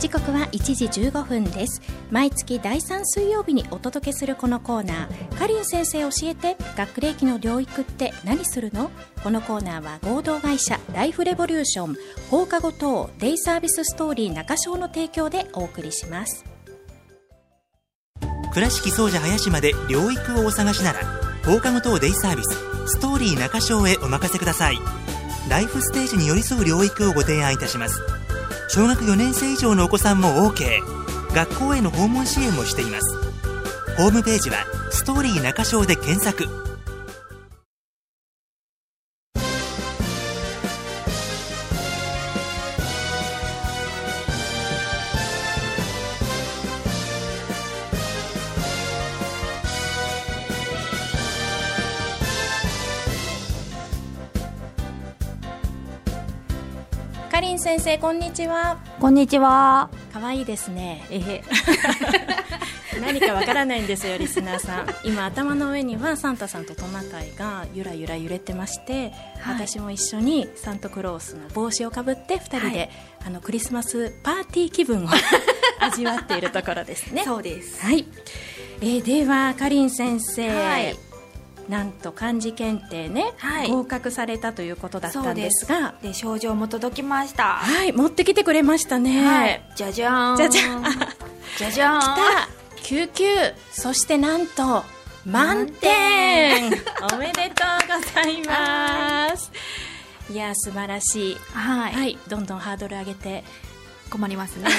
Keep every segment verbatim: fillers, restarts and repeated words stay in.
時刻はいちじじゅうごふんです。毎月だいさん水曜日にお届けするこのコーナー、かりん先生教えて学齢期の療育って何するの。このコーナーは合同会社ライフレボリューション放課後等デイサービスストーリー中小の提供でお送りします。 倉敷総社林まで療育をお探しなら、放課後等デイサービスストーリー中小へお任せください。ライフステージに寄り添う療育をご提案いたします。小学よねん生以上のお子さんも OK、 学校への訪問支援もしています。ホームページはストーリー中小で検索。 かりん先生、こんにちは。 こんにちは。 かわいいですね。えへ何かわからないんですよ、リスナーさん。今頭の上にはサンタさんとトナカイがゆらゆら揺れてまして、はい、私も一緒にサンタクロースの帽子をかぶってふたりで、はい、あのクリスマスパーティー気分を味わっているところですね。 そうです、 はい。えー、ではかりん先生、はい、なんと漢字検定ね、はい、合格されたということだったんですが、 で賞状も届きました。 はい、持ってきてくれましたね。はい、 じゃじゃーん、 じゃじゃんじゃじゃーん、 来た。きゅうきゅう、そしてなんと満点おめでとうございます。いや素晴らしい、はいはい、どんどんハードル上げて困りますね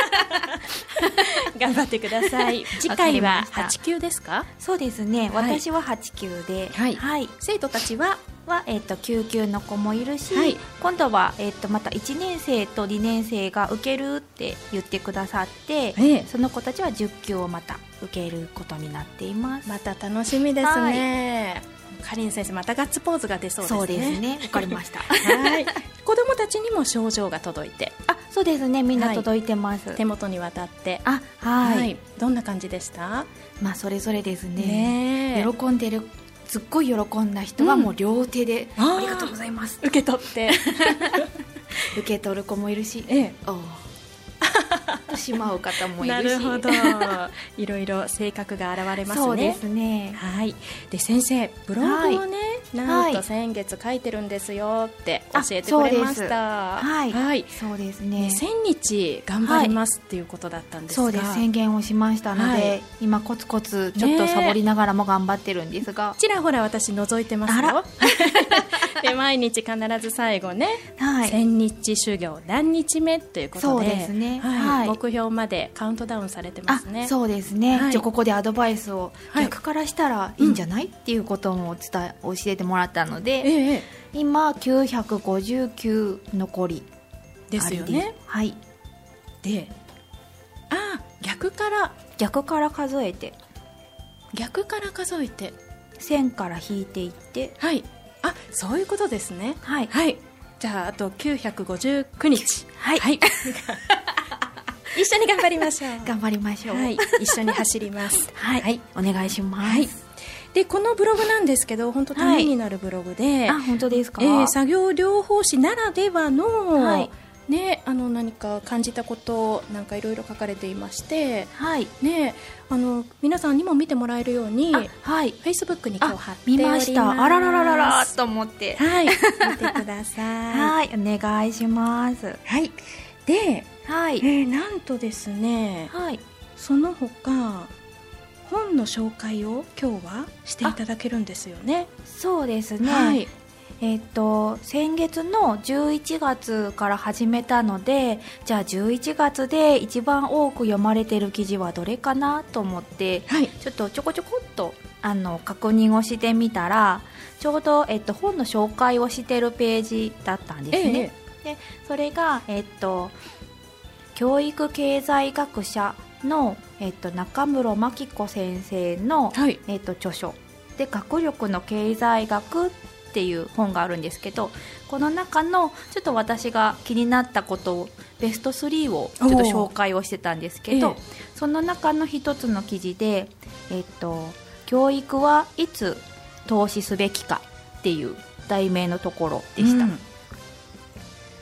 頑張ってください。次回ははち級ですか。 そうですね、はい、私ははち級で、はいはい、 生徒たちはは、えー、ときゅう級の子もいるし、 はい、 今度は、えー、とまたいちねん生とにねん生が受けるって言ってくださって、ええ、その子たちはじゅっ級をまた受けることになっています。 また楽しみですね。はい、かりん先生、またガッツポーズが出そうですね。 そうですね、わかりましたはい、子どもたちにも賞状が届いて。 あ、そうですね、みんな届いてます、 はい、手元に渡って。 あ、はい、はい、 どんな感じでした。 まあ、それぞれです ね, ね喜んでる、すっごい喜んだ人はもう両手で、うん、ありがとうございます受け取って受け取る子もいるし、 ええ、おとしまう方もいるし。 なるほどいろいろ性格が現れますね。 そうですね、 はい。で先生、ブログをね、はい、なんと先月書いてるんですよって教えてくれました。 はい、はい、そうですね、 せんにち頑張りますっていうことだったんですが、 そうです、宣言をしましたので、はい、今コツコツちょっとサボりながらも頑張ってるんですが、 ちらほら私覗いてますよで毎日必ず最後ね、はい、千日修行何日目ということで、そうですね、はいはい、目標までカウントダウンされてますね。 あ、そうですね、はい、じゃあここでアドバイスを、はい、逆からしたらいいんじゃない、うん、っていうことも伝え教えてもらったので、ええ、今きゅうひゃくごじゅうきゅう残りですよね。 はい。 で、あ、逆から逆から数えて逆から数えて線から引いていって、 はい、あ、そういうことですね。 はい、 はい、じゃああときゅうひゃくごじゅうくにち、 はい、はい一緒に頑張りましょう頑張りましょう、 はい、一緒に走りますはい、はい、お願いします、 はい。でこのブログなんですけど、本当ためになるブログで、 はい、あ、本当ですか。 えー、作業療法士ならではの、はいね、あの何か感じたことなんかいろいろ書かれていまして、はいね、あの皆さんにも見てもらえるように、はい、Facebook に今日貼っております。 見ました。あらららららと思って、 はい、見てくださいはい、お願いします。 はい。で、 はいえー、なんとですね、はい、その他本の紹介を今日はしていただけるんですよね。 そうですね、はい、えー、と先月のじゅういちがつから始めたので、じゃあじゅういちがつで一番多く読まれている記事はどれかなと思って、はい、ちょっとちょこちょこっとあの確認をしてみたら、ちょうど、えー、と本の紹介をしているページだったんですね、ええ、でそれが、えー、と教育経済学者の、えー、と中室真紀子先生の、はい、えー、と著書で学力の経済学っていう本があるんですけど、この中のちょっと私が気になったことをベストスリーをちょっと紹介をしてたんですけど、ええ、その中の一つの記事で、えっと、教育はいつ投資すべきかっていう題名のところでした、うん、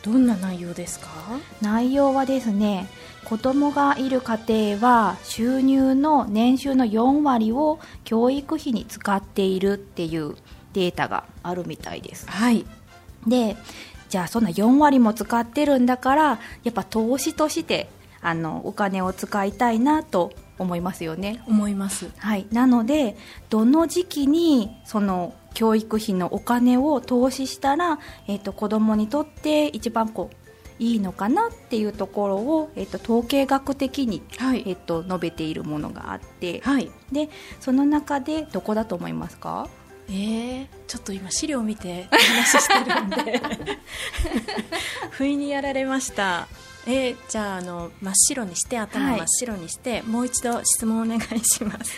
どんな内容ですか？ 内容はですね、子供がいる家庭は収入の年収のよんわりを教育費に使っているっていうデータがあるみたいです。 はい。 で、じゃあそんなよんわりも使ってるんだから、やっぱ投資としてあのお金を使いたいなと思いますよね。 思います。 はい。なので、どの時期にその教育費のお金を投資したら、えーと、子供にとって一番こういいのかなっていうところを、えーと、統計学的に、 はいえーと、述べているものがあって、 はい、 でその中でどこだと思いますか？ えー、ちょっと今資料を見てお話ししてるんで不意にやられました。えー、じゃあ、あの真っ白にして頭真っ白にして、はい、もう一度質問お願いします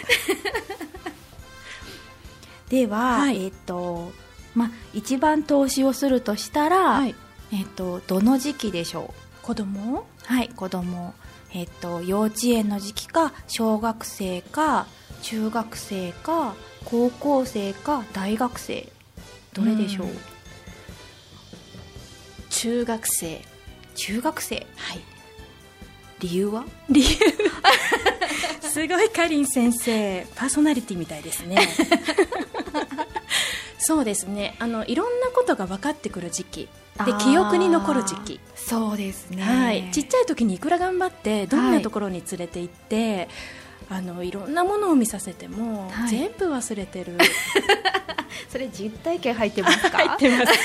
では、 はい、 えーとま、一番投資をするとしたら、はい、えーと、どの時期でしょう？ 子供？ はい、子供、えーと、幼稚園の時期か、小学生か、中学生か、高校生か、大学生、どれでしょう？うん、 中学生。 中学生。 はい。 理由は？ 理由すごいかりん先生、パーソナリティみたいですねそうですね、あのいろんなことが分かってくる時期で、記憶に残る時期。 そうですね、 はい、ちっちゃい時にいくら頑張ってどんなところに連れて行って、はい、あのいろんなものを見させても、はい、全部忘れてるそれ実体験入ってますか？ 入ってます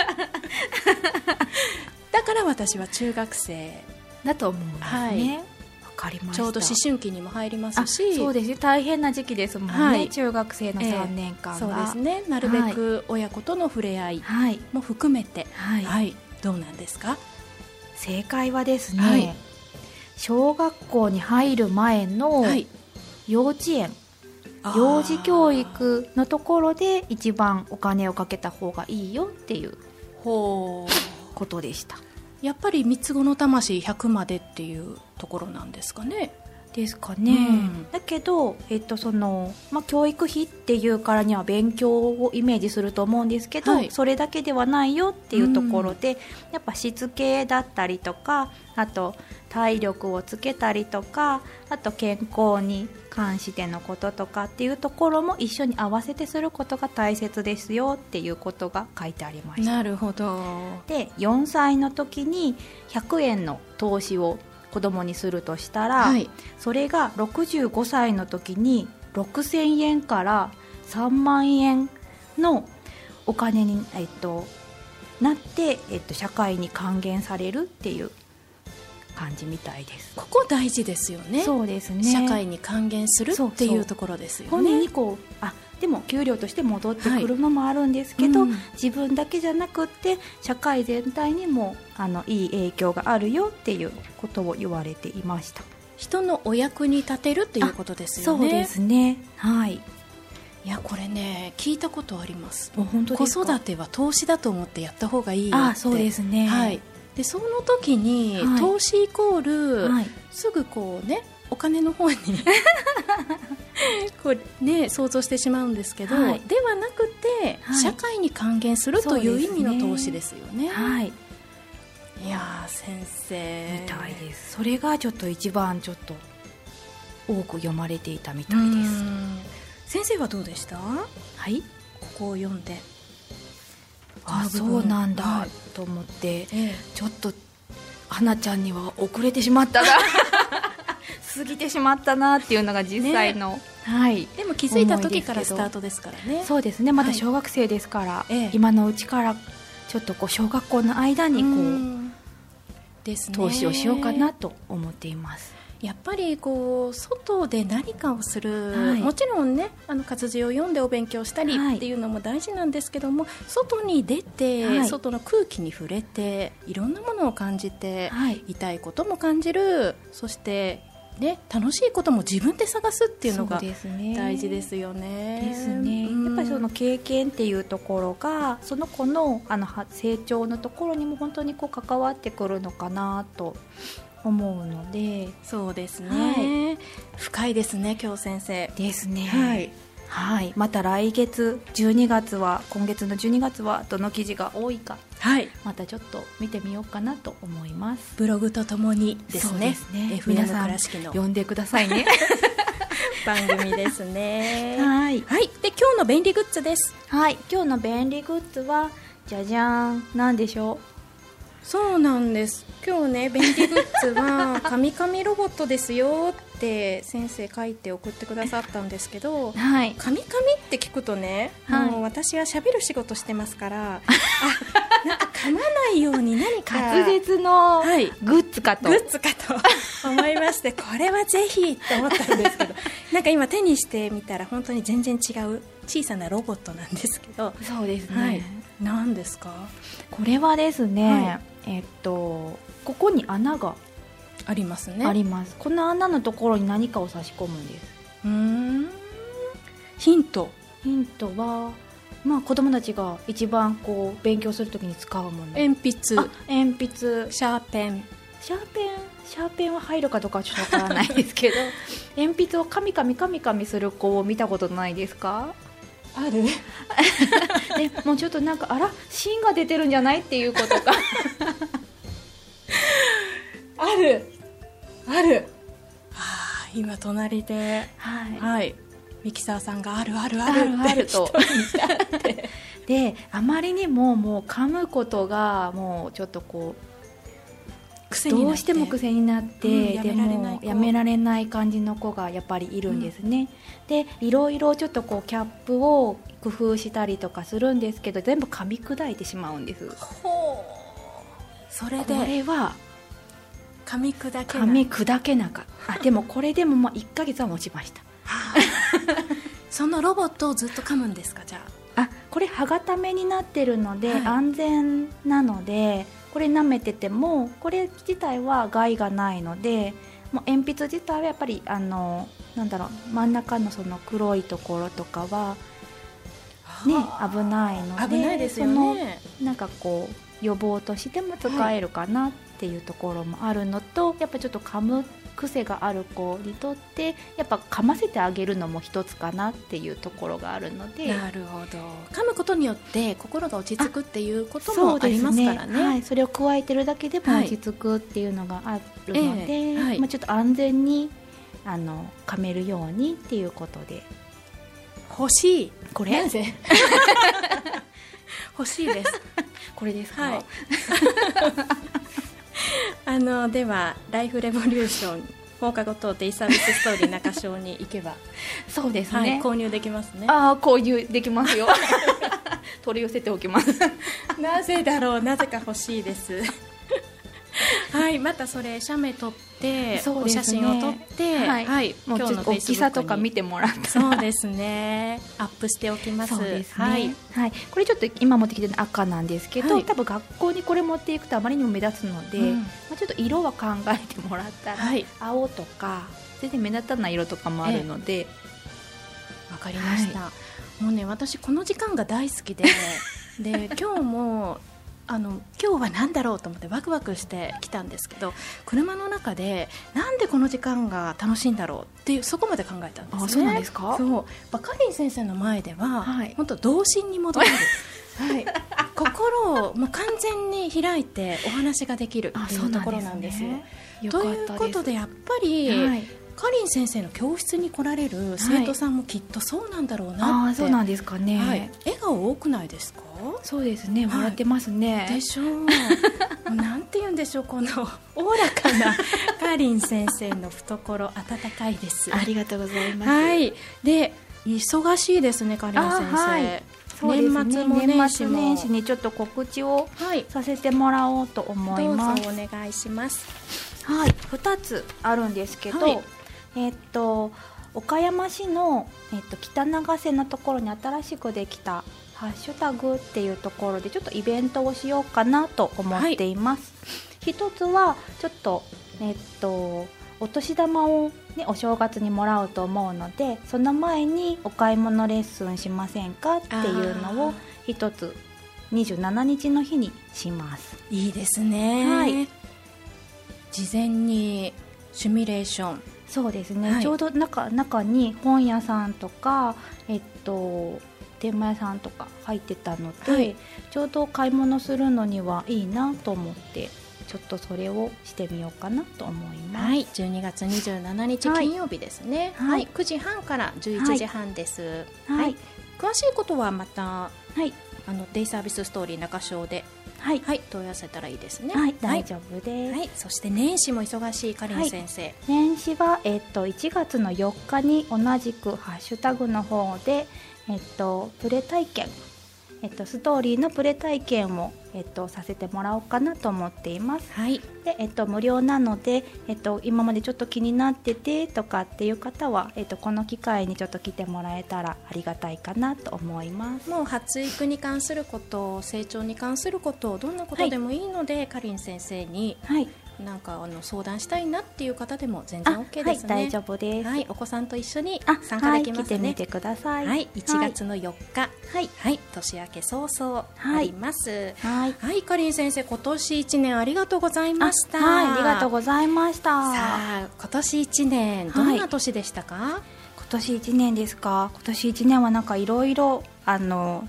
だから私は中学生だと思うんですね、はい、わかりました。 ちょうど思春期にも入りますし、 そうですね、大変な時期ですもんね、はい、中学生のさんねんかんが、 えー、そうですね、なるべく親子との触れ合いも含めて、はいはい、どうなんですか？ 正解はですね、はい、小学校に入る前の幼稚園、はい、幼児教育のところで一番お金をかけた方がいいよっていうことでした。 やっぱり三つ子の魂ひゃくまでっていうところなんですかね。 ですかね、うん、だけど、えっとそのまあ、教育費っていうからには勉強をイメージすると思うんですけど、はい、それだけではないよっていうところで、うん、やっぱしつけだったりとか、あと体力をつけたりとか、あと健康に関してのこととかっていうところも一緒に合わせてすることが大切ですよっていうことが書いてありました。 なるほど。 で、よんさいの時にひゃくえんの投資を子供にするとしたら、はい、それがろくじゅうごさいの時にろくせんえんからさんまんえんのお金に、えっと、なって、えっと、社会に還元されるっていう感じみたいです。 ここ大事ですよね。 そうですね、 社会に還元するっていうところですよね。 本人にこう、あ、でも給料として戻ってくるのもあるんですけど、はい、うん、自分だけじゃなくって社会全体にもあのいい影響があるよっていうことを言われていました。 人のお役に立てるっていうことですよね。 そうですね、はい。 いや、これね、聞いたことあります。 本当ですか？ 子育ては投資だと思ってやった方がいいよって。 あ、そうですね、 はい。でその時に、はい、投資イコール、はい、すぐこうね、お金の方にこう、ね、想像してしまうんですけど、はい、ではなくて、はい、社会に還元するという意味の投資ですよね。 はい、 いや先生みたいです。それがちょっと一番ちょっと多く読まれていたみたいです。 先生はどうでした？ はい、 ここを読んで、 あ、そうなんだ、はい、と思って、ええ、ちょっと花ちゃんには遅れてしまったな過ぎてしまったなっていうのが実際の、ね、はい、 でも気づいた時からスタートですからね。 そうですね、まだ小学生ですから、はい、今のうちからちょっとこう小学校の間にこう、うですね、投資をしようかなと思っています。 やっぱりこう外で何かをする、はい、もちろんね、あの活字を読んでお勉強したりっていうのも大事なんですけども、はい、外に出て、はい、外の空気に触れていろんなものを感じて、はい、痛いことも感じる、そしてね、楽しいことも自分で探すっていうのが大事ですよね。 ですね、うん、やっぱりその経験っていうところがその子 の, あの成長のところにも本当にこう関わってくるのかなと思うので。 そうですね、はい、深いですね今日先生ですね。 はい、 はい、また来月じゅうにがつは今月のじゅうにがつはどの記事が多いかはい、 またちょっと見てみようかなと思います。 ブログとともにですね。 そうですね、 エフエム皆さん倉敷の呼んでくださいね番組ですね。 はい、 はい、で今日の便利グッズです。 はい、今日の便利グッズはじゃじゃーん、なんでしょう。 そうなんです。今日ね、便利グッズはカミカミロボットですよって先生書いて送ってくださったんですけど、 はい、 カミカミって聞くとね、 はい、 もう私は喋る仕事してますからあ、なんか噛まないように何か滑舌のグッズかと、 はい、グッズかと思いましてこれはぜひって思ったんですけどなんか今手にしてみたら本当に全然違う小さなロボットなんですけど。 そうですね、 はい、何ですか？ これはですね、 はい、 えっとここに穴がありますね。 あります。この穴のところに何かを差し込むんです。 うーん、ヒントヒントは、まあ、子供たちが一番こう勉強するときに使うもの。 鉛筆、 あ、鉛筆、 シャーペン。 シャーペンシャーペンは入るかどうかはちょっとわからないですけど鉛筆をカミカミカミカミする子を見たことないですか？ あるでもうちょっとなんかあら芯が出てるんじゃないっていうことがあるある、はあ、今隣で、 はいはい、ミキサーさんがあるあるああるるあるとってで、あまりにももう噛むことがもうちょっとこう癖になってどうしても癖になって、 うん、 でもやめられない感じの子がやっぱりいるんですね、うん、でいろいろちょっとこうキャップを工夫したりとかするんですけど全部噛み砕いてしまうんです。 ほう、それでこれは噛み砕けない噛み砕けなかったあでもこれでもまあいっかげつは持ちましたそのロボットをずっと噛むんですか？じゃあ、 あこれ歯固めになってるので、 はい、 安全なのでこれ舐めててもこれ自体は害がないので、もう鉛筆自体はやっぱりあのなんだろう真ん中のその黒いところとかはね危ないので、 危ないですよね。 そのなんかこう予防としても使えるかなっていうところもあるのと、はい、やっぱちょっと噛む癖がある子にとってやっぱ噛ませてあげるのも一つかなっていうところがあるので。 なるほど、噛むことによって心が落ち着くっていうこともありますからね。 そうですね、はい、それを加えてるだけでも落ち着くっていうのがあるので、はいえーはいまあ、ちょっと安全にあの噛めるようにっていうことで欲しい。 これなぜ欲しいですこれですか、 はいあのではライフレボリューション放課後等デイサービスストーリー中小に行けばそうですね、 はい、購入できますね。 ああ購入できますよ取り寄せておきますなぜだろう、なぜか欲しいですはい、またそれ写メ撮って、ね、お写真を撮って、 はいはい、 もう今日の大きさとか見てもらってそうですねアップしておきます。 そうですね、 はいはい、これちょっと今持ってきてるの赤なんですけど、はい、多分学校にこれ持っていくとあまりにも目立つので、うんまあ、ちょっと色は考えてもらったら、はい、青とか全然目立たない色とかもあるので。 わかりました、はい、もうね私この時間が大好きでで今日もあの今日は何だろうと思ってワクワクしてきたんですけど、車の中でなんでこの時間が楽しいんだろうっていうそこまで考えたんですね。 あ、そうなんですか。 そうバカリン先生の前では、はい、本当童心に戻れる、はい、心をもう完全に開いてお話ができるっていうところなんですよ。 よということでやっぱり、はい、カリン先生の教室に来られる生徒さんもきっとそうなんだろうなって、 はい、あ、そうなんですかね、 はい、笑顔多くないですか。 そうですね、笑ってますね、 はい、でしょうなんて言うんでしょう、このおおらかなカリン先生の懐温かいです。 ありがとうございます、 はい、で忙しいですねカリン先生、はい、 そうですね、 年末も年始も年末年始にちょっと告知をさせてもらおうと思います、 どうぞお願いします。 はい、ふたつあるんですけど、はい、えー、っと岡山市の、えー、っと北長瀬のところに新しくできたハッシュタグっていうところでちょっとイベントをしようかなと思っています、はい、一つはちょっと、えー、っとお年玉を、ね、お正月にもらうと思うので、その前にお買い物レッスンしませんかっていうのを一つにじゅうしちにちの日にします。 いいですね、はい、事前にシミュレーション。 そうですね、はい、ちょうど 中, 中に本屋さんとか、えっと、 天満屋さんとか入ってたので、 はい、 ちょうど買い物するのにはいいなと思ってちょっとそれをしてみようかなと思います。 はい、じゅうにがつにじゅうしちにち金曜日ですね。 はい、 はい、くじはんからじゅういちじはんです。 はい、はい、 詳しいことはまた、 はい、 あのデイサービスストーリー中小で、 はい、 はい、問い合わせたらいいですね。 はい、大丈夫です。 はい、そして年始も忙しいかりん先生。はい、 年始は、えっと、いちがつのよっかに同じくハッシュタグの方で、えっと、プレ体験、えっと、ストーリーのプレ体験を、えっと、させてもらおうかなと思っています。 はい、 で、えっと、無料なので、えっと、今までちょっと気になっててとかっていう方は、えっと、この機会にちょっと来てもらえたらありがたいかなと思います。 もう発育に関すること、成長に関すること、どんなことでもいいので、はい、かりん先生に、はい、なんかあの相談したいなっていう方でも全然 OK ですね。 はい、大丈夫です。 はい、お子さんと一緒に参加できますね。 はい、来てみてください。 はい、いちがつのよっか、 はい、 はい、年明け早々あります。 はい、 はい、かりん先生、今年いちねんありがとうございました。 はい、ありがとうございました。 さあ、今年いちねんどんな年でしたか？はい、 今年いちねんですか。今年いちねんはなんかいろいろあの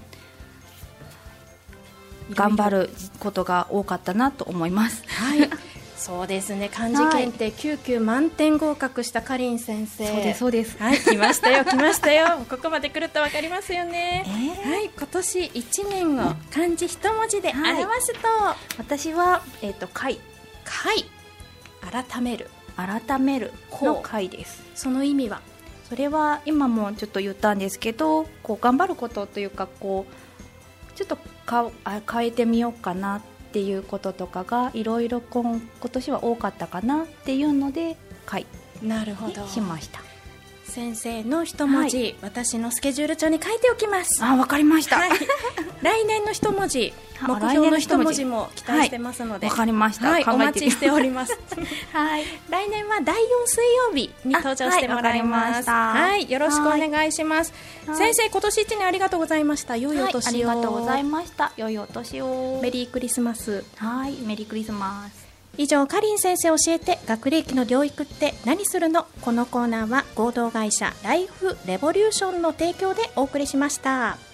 頑張ることが多かったなと思います。 はい。そうですね、漢字検定きゅうきゅう満点合格したかりん先生。 そうですそうです。 はい、来ましたよ来ましたよここまで来ると分かりますよね。 えー、 はい、今年いちねんを漢字一文字で表すと、はい、 私はえっと回回改める改めるの回です。 その意味は、 それは今もちょっと言ったんですけど、こう頑張ることというか、こうちょっとかあ変えてみようかなっていうこととかがいろいろ今年は多かったかなっていうので回にしました。 先生の一文字、はい、私のスケジュール帳に書いておきます。 あ、わかりました。はい、 来年の一文字、目標の一文字も期待してますので、 わ、はい、かりました。 はい、お待ちしております。 はい、 来年はだいよん水曜日に登場してもらいます。はい、はい、よろしくお願いします。先生、今年一年ありがとうございました。良いお年を。 はい、ありがとうございました。良いお年を。 メリークリスマス。 はい、メリークリスマス。 以上、かりん先生教えて学歴の療育って何するの？このコーナーは合同会社ライフレボリューションの提供でお送りしました。